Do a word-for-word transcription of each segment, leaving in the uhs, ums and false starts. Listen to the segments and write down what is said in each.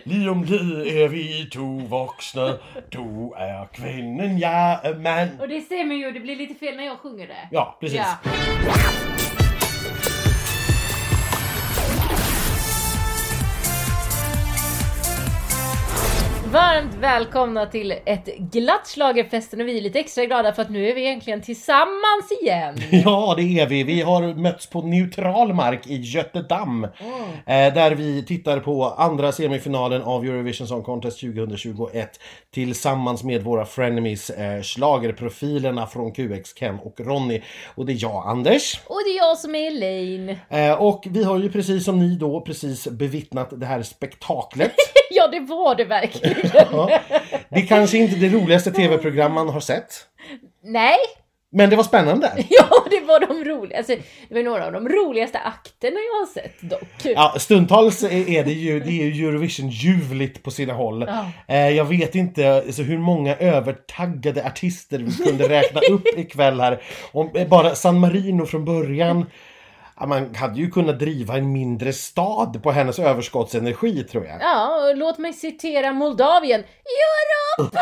Lige om lidt är vi två vuxna. Du är kvinnan, jag är man. Och det stämmer ju, det blir lite fel när jag sjunger det. Ja, precis. Ja. Varmt välkomna till ett glatt schlagerfesten, och vi är lite extra glada för att nu är vi egentligen tillsammans igen. Ja, det är vi. Vi har mötts på neutral mark i Götterdam. Mm. Eh, där vi tittar på andra semifinalen av Eurovision Song Contest tjugohundratjugoett tillsammans med våra frenemies, eh, schlagerprofilerna från Q X, Ken och Ronny. Och det är jag, Anders. Och det är jag som är Elaine. Eh, och vi har ju precis som ni då precis bevittnat det här spektaklet. Ja, det var det verkligen. Ja, det är kanske inte det roligaste tv-program man har sett. Nej. Men det var spännande. Ja, det var de roliga. Alltså, det var några av de roligaste akterna jag har sett dock. Ja, stundtals är det ju, det är ju Eurovision ljuvligt på sina håll. Ja. Jag vet inte alltså, hur många övertaggade artister vi kunde räkna upp ikväll här. Om bara San Marino från början. Man hade ju kunnat driva en mindre stad på hennes överskottsenergi, tror jag. Ja, låt mig citera Moldavien. Europe!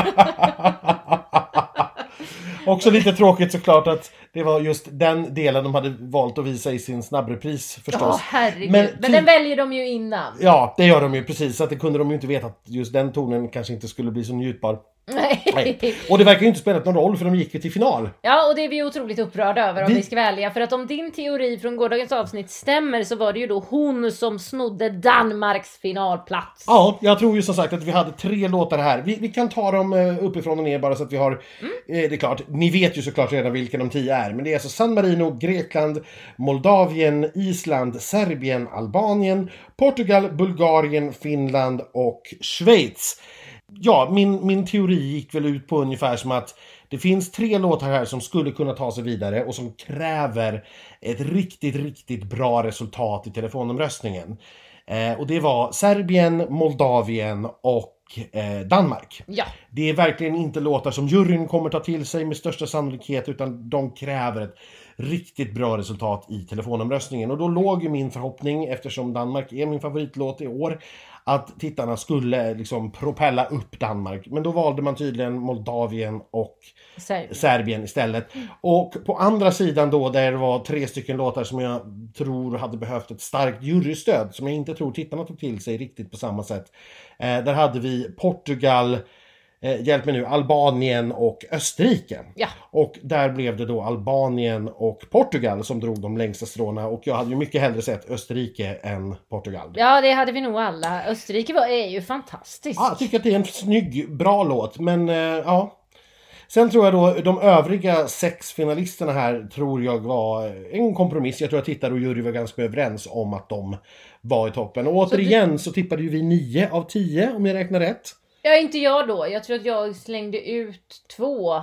Också lite tråkigt såklart att det var just den delen de hade valt att visa i sin snabbrepris förstås. Ja, herregud. Men, Men den väljer de ju innan. Ja, det gör de ju precis. Så att det kunde de ju inte veta att just den tonen kanske inte skulle bli så njutbar. Nej. Nej. Och det verkar ju inte spela någon roll för de gick ju till final. Ja, och det är vi otroligt upprörda över om vi, vi ska välja. För att om din teori från gårdagens avsnitt stämmer så var det ju då hon som snodde Danmarks finalplats. Ja, jag tror ju som sagt att vi hade tre låtar här. Vi, vi kan ta dem uppifrån och ner bara så att vi har, mm. eh, det är klart, ni vet ju såklart redan vilka de tio är. Men det är alltså San Marino, Grekland, Moldavien, Island, Serbien, Albanien, Portugal, Bulgarien, Finland och Schweiz. Ja, min, min teori gick väl ut på ungefär som att det finns tre låtar här som skulle kunna ta sig vidare och som kräver ett riktigt, riktigt bra resultat i telefonomröstningen. Eh, och det var Serbien, Moldavien och eh, Danmark. Ja. Det är verkligen inte låtar som juryn kommer ta till sig med största sannolikhet, utan de kräver ett riktigt bra resultat i telefonomröstningen. Och då låg ju min förhoppning, eftersom Danmark är min favoritlåt i år, att tittarna skulle liksom propella upp Danmark. Men då valde man tydligen Moldavien och Serbien, Serbien istället. Mm. Och på andra sidan då, där det var tre stycken låtar som jag tror hade behövt ett starkt jurystöd, som jag inte tror tittarna tog till sig riktigt på samma sätt. Eh, där hade vi Portugal, eh, hjälp mig nu, Albanien och Österrike. Ja. Och där blev det då Albanien och Portugal som drog de längsta stråna. Och jag hade ju mycket hellre sett Österrike än Portugal. Ja, det hade vi nog alla. Österrike var, är ju fantastiskt. Ja, jag tycker att det är en snygg, bra låt. Men eh, ja. Sen tror jag då de övriga sex finalisterna här tror jag var en kompromiss. Jag tror att tittare och jury var ganska överens om att de var i toppen. Och återigen så, du... så tippade ju vi nio av tio om jag räknar rätt. Ja, inte jag då. Jag tror att jag slängde ut två.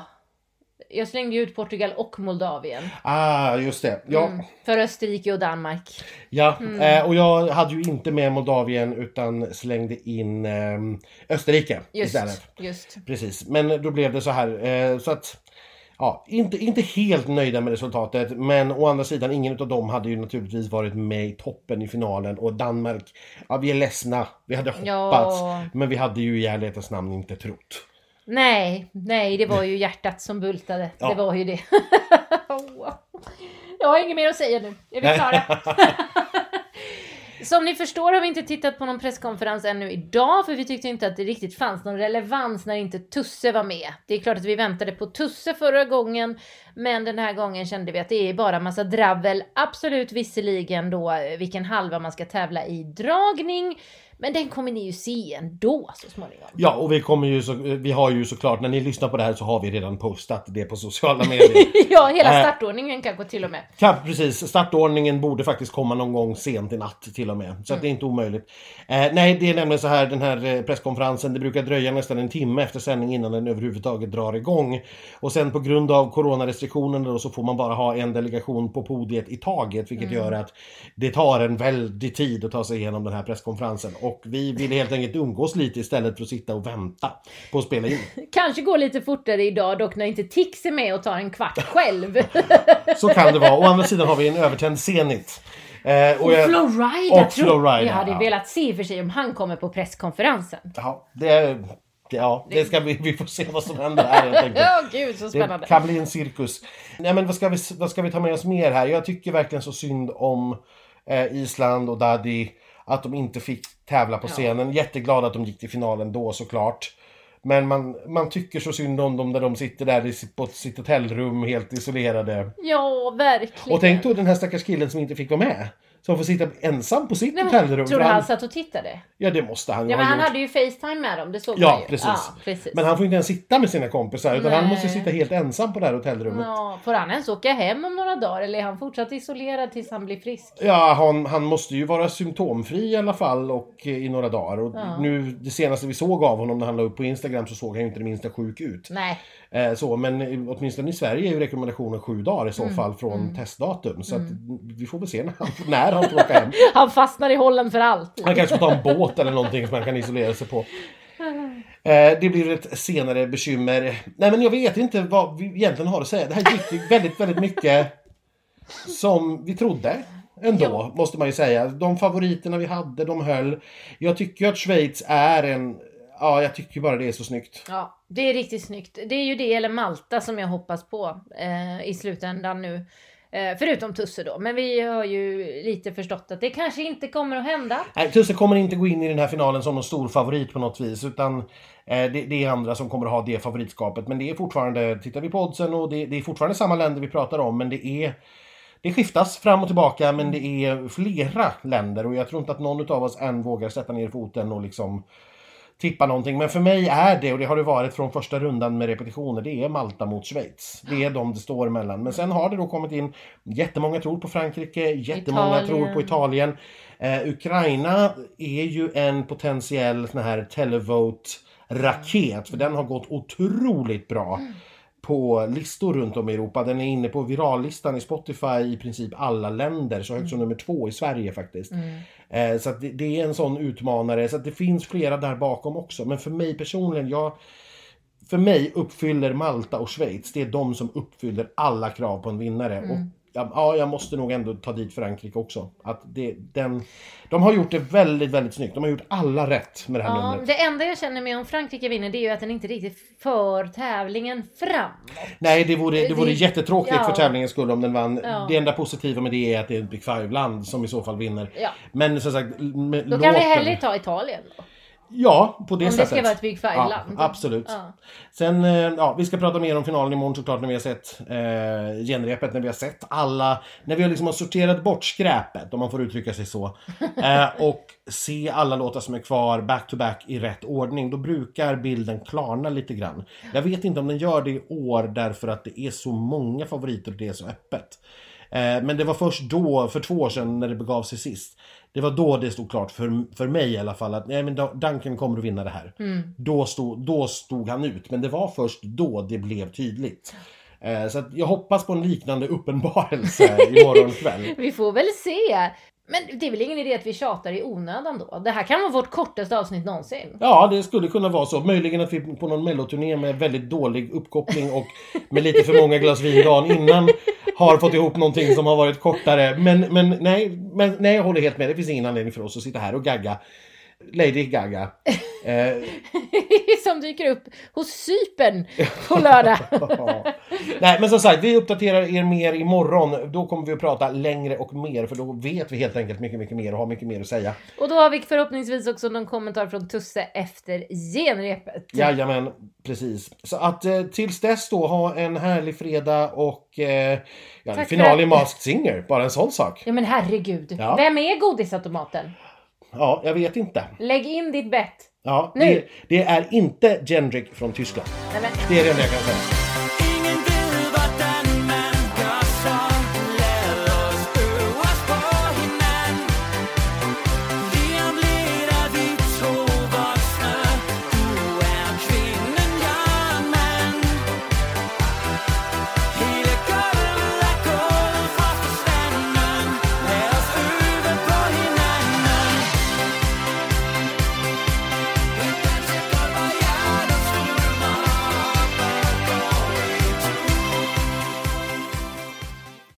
Jag slängde ut Portugal och Moldavien. Ah, just det. Ja. Mm, för Österrike och Danmark. Ja, mm. eh, och jag hade ju inte med Moldavien utan slängde in eh, Österrike just, istället. Just. Precis, men då blev det så här. Eh, så att, ja, inte, inte helt nöjda med resultatet. Men å andra sidan, ingen av dem hade ju naturligtvis varit med i toppen i finalen. Och Danmark, ja, vi är ledsna. Vi hade hoppats, ja. Men vi hade ju i ärlighetens namn inte trott. Nej, nej, det var ju hjärtat som bultade. Ja. Det var ju det. Jag har inget mer att säga nu. Är vi klara? Som ni förstår har vi inte tittat på någon presskonferens ännu idag, för vi tyckte inte att det riktigt fanns någon relevans när inte Tusse var med. Det är klart att vi väntade på Tusse förra gången, men den här gången kände vi att det är bara massa dravel. Absolut visserligen då vilken halva man ska tävla i dragning. Men den kommer ni ju se ändå så småningom. Ja, och vi kommer ju så, vi har ju såklart, när ni lyssnar på det här så har vi redan postat det på sociala medier. Ja, hela startordningen kanske till och med. Ja, precis. Startordningen borde faktiskt komma någon gång sent i natt till och med. Så mm. att det är inte omöjligt. Eh, nej, det är nämligen så här, den här presskonferensen, det brukar dröja nästan en timme efter sändning innan den överhuvudtaget drar igång. Och sen på grund av coronarestriktionerna då, så får man bara ha en delegation på podiet i taget, vilket mm. gör att det tar en väldig tid att ta sig igenom den här presskonferensen. Och vi vill helt enkelt umgås lite istället för att sitta och vänta på att spela in. Kanske gå lite fortare idag dock, när inte Tix är med och tar en kvart själv. Så kan det vara. Å andra sidan har vi en övertänd Zenit. Eh, och och jag, Flowrida, och Flowrida, jag hade ja. velat se för sig om han kommer på presskonferensen. Ja, det, ja, det ska vi, vi får se vad som händer här helt enkelt. Ja, gud så spännande. Det kan bli en cirkus. Nej, men vad ska vi, vad ska vi ta med oss mer här? Jag tycker verkligen så synd om eh, Island och Daddy att de inte fick tävla på scenen. Ja. Jätteglad att de gick till finalen då såklart. Men man, man tycker så synd om dem när de sitter där på sitt hotellrum helt isolerade. Ja, verkligen. Och tänk då den här stackars killen som inte fick vara med. Som får sitta ensam på sitt Nej, hotellrum. Tror du han satt och tittade? Ja, det måste han ja, ha men han gjort. hade ju FaceTime med dem, det såg ja, man ju. Precis. Ja, precis. Men han får inte ens sitta med sina kompisar. Utan Nej. han måste sitta helt ensam på det här hotellrummet. Ja, får han ens åka hem om några dagar? Eller är han fortsatt isolerad tills han blir frisk? Ja, han, han måste ju vara symptomfri i alla fall. Och eh, i några dagar. Och ja. nu, det senaste vi såg av honom när han la upp på Instagram så såg han ju inte det minsta sjuk ut. Nej. Eh, så, men åtminstone i Sverige är ju rekommendationen sju dagar i så Mm. fall från mm. testdatum. Så mm. att vi får väl se när han, när han får åka hem. Han fastnar i Holland för allt. Han kanske får ta en båt eller någonting som man kan isolera sig på. Eh, det blir ett senare bekymmer. Nej, men jag vet inte vad vi egentligen har att säga. Det här gick ju väldigt, väldigt mycket som vi trodde. Ändå, ja. Måste man ju säga. De favoriterna vi hade, de höll. Jag tycker att Schweiz är en... Ja, jag tycker bara det är så snyggt. Ja, det är riktigt snyggt. Det är ju det eller Malta som jag hoppas på eh, i slutändan nu. Eh, förutom Tusse då. Men vi har ju lite förstått att det kanske inte kommer att hända. Nej, Tusse kommer inte gå in i den här finalen som någon stor favorit på något vis. Utan eh, det, det är andra som kommer att ha det favoritskapet. Men det är fortfarande, tittar vi på oddsen och det, det är fortfarande samma länder vi pratar om. Men det är... Det skiftas fram och tillbaka, men det är flera länder. Och jag tror inte att någon av oss än vågar sätta ner foten och liksom... tippa någonting, men för mig är det, och det har det varit från första rundan med repetitioner, det är Malta mot Schweiz. Det är de det står emellan. Men sen har det då kommit in jättemånga tror på Frankrike, jättemånga Italien. tror på Italien. Eh, Ukraina är ju en potentiell sån här televote-raket, för den har gått otroligt bra på listor runt om i Europa. Den är inne på virallistan i Spotify i princip alla länder, så högt som nummer två i Sverige faktiskt. Mm. Eh, så att det, det är en sån utmanare, så att det finns flera där bakom också. Men för mig personligen, jag, för mig uppfyller Malta och Schweiz, det är de som uppfyller alla krav på en vinnare. Mm. Och ja, jag måste nog ändå ta dit Frankrike också. Att det, den, de har gjort det väldigt, väldigt snyggt. De har gjort alla rätt med det här ja, numret. Det enda jag känner med om Frankrike vinner, det är ju att den inte riktigt för tävlingen framåt. Nej, det vore, det vore det, jättetråkigt ja. för tävlingens skull om den vann. Ja. Det enda positiva med det är att det är ett Big Five-land som i så fall vinner. Ja. Men som sagt, med då låten... kan vi hellre ta Italien då. Ja, på det om sättet. Om det ska vara ett Big Five-land. Ja, absolut. Ja. Sen, ja, vi ska prata mer om finalen imorgon såklart när vi har sett eh, genrepet, när vi har sett alla, när vi har liksom har sorterat bort skräpet, om man får uttrycka sig så. eh, och se alla låtar som är kvar back to back i rätt ordning. Då brukar bilden klarna lite grann. Jag vet inte om den gör det i år därför att det är så många favoriter och det är så öppet. Eh, men det var först då, för två år sedan när det begav sig sist. Det var då det stod klart för, för mig i alla fall att nej, men Duncan kommer att vinna det här. Mm. Då, stod, då stod han ut. Men det var först då det blev tydligt. Eh, så att jag hoppas på en liknande uppenbarelse imorgon kväll. Vi får väl se. Men det är väl ingen idé att vi tjatar i onödan då? Det här kan vara vårt kortaste avsnitt någonsin. Ja, det skulle kunna vara så. Möjligen att vi på någon melloturné med väldigt dålig uppkoppling och med lite för många glas vin dagen innan har fått ihop någonting som har varit kortare. Men, men, nej, men nej, jag håller helt med. Det finns ingen anledning för oss att sitta här och gagga. Lady Gaga. Eh. Som dyker upp hos Cypern på lördag. Nej, men som sagt, vi uppdaterar er mer imorgon. Då kommer vi att prata längre och mer. För då vet vi helt enkelt mycket, mycket mer och har mycket mer att säga. Och då har vi förhoppningsvis också någon kommentar från Tusse efter genrepet. Jajamän, precis. Så att eh, tills dess då, ha en härlig fredag och eh, ja, final i Masked Singer. Bara en sån sak. Ja, men herregud. Ja. Vem är godisautomaten? Ja, jag vet inte. Lägg in ditt bett. Ja, nu. Det, det är inte Jendrik från Tyskland. Nej, men... Det är det enda jag kan säga.